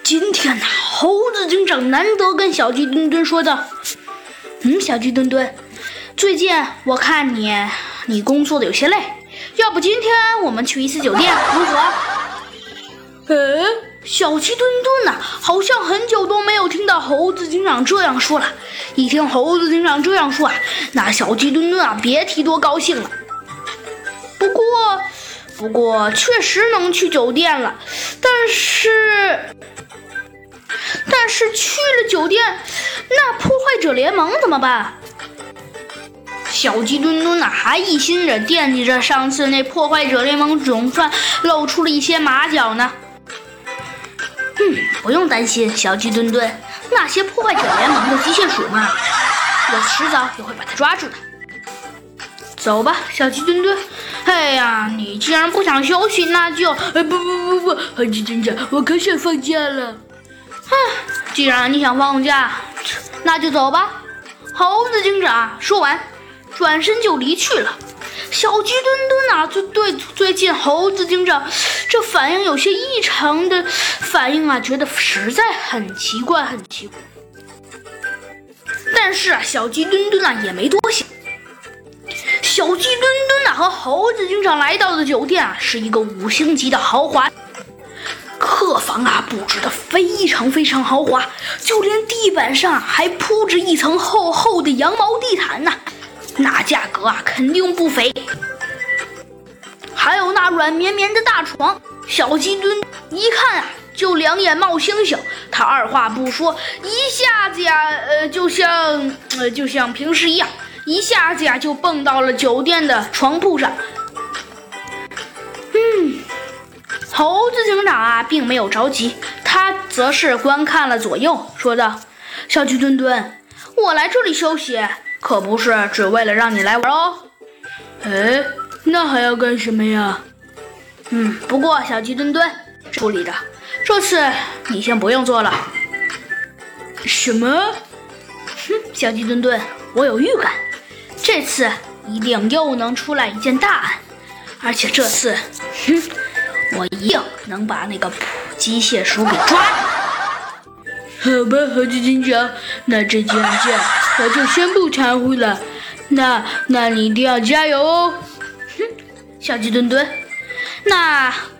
今天呐，猴子警长难得跟小鸡墩墩说道：“小鸡墩墩，最近我看你工作的有些累，要不今天我们去一次酒店，如何？”小鸡墩墩呐，好像很久都没有听到猴子警长这样说了。一听猴子警长这样说那小鸡墩墩别提多高兴了。不过确实能去酒店了，但是去了酒店，那破坏者联盟怎么办？小鸡墩墩还一心着惦记着上次那破坏者联盟总算露出了一些马脚呢。不用担心，小鸡墩墩，那些破坏者联盟的机械鼠嘛，我迟早也会把它抓住的。走吧，小鸡墩墩。哎呀，你既然不想休息，那就不，猴子警长，我可想放假了。既然你想放假，那就走吧。猴子警长说完，转身就离去了。小鸡墩墩就对最近猴子警长这反应有些异常的反应觉得实在很奇怪。但是小鸡墩墩也没多想。小鸡墩墩和猴子警长来到的酒店是一个5星级的豪华客房布置得非常豪华，就连地板上还铺着一层厚厚的羊毛地毯那价格肯定不菲。还有那软绵绵的大床，小鸡墩一看就两眼冒星星，他二话不说，一下子就像平时一样，一下子就蹦到了酒店的床铺上。猴子警长并没有着急，他则是观看了左右，说道：“小鸡墩墩，我来这里休息，可不是只为了让你来玩哦。”那还要干什么呀？不过小鸡墩墩处理的，这次你先不用做了。什么？小鸡墩墩，我有预感，这次一定又能出来一件大案，而且这次，我一定能把那个机械鼠给抓住。好吧，猴子警长，那这件案件我就先不掺和了。那你一定要加油哦。小鸡墩墩，那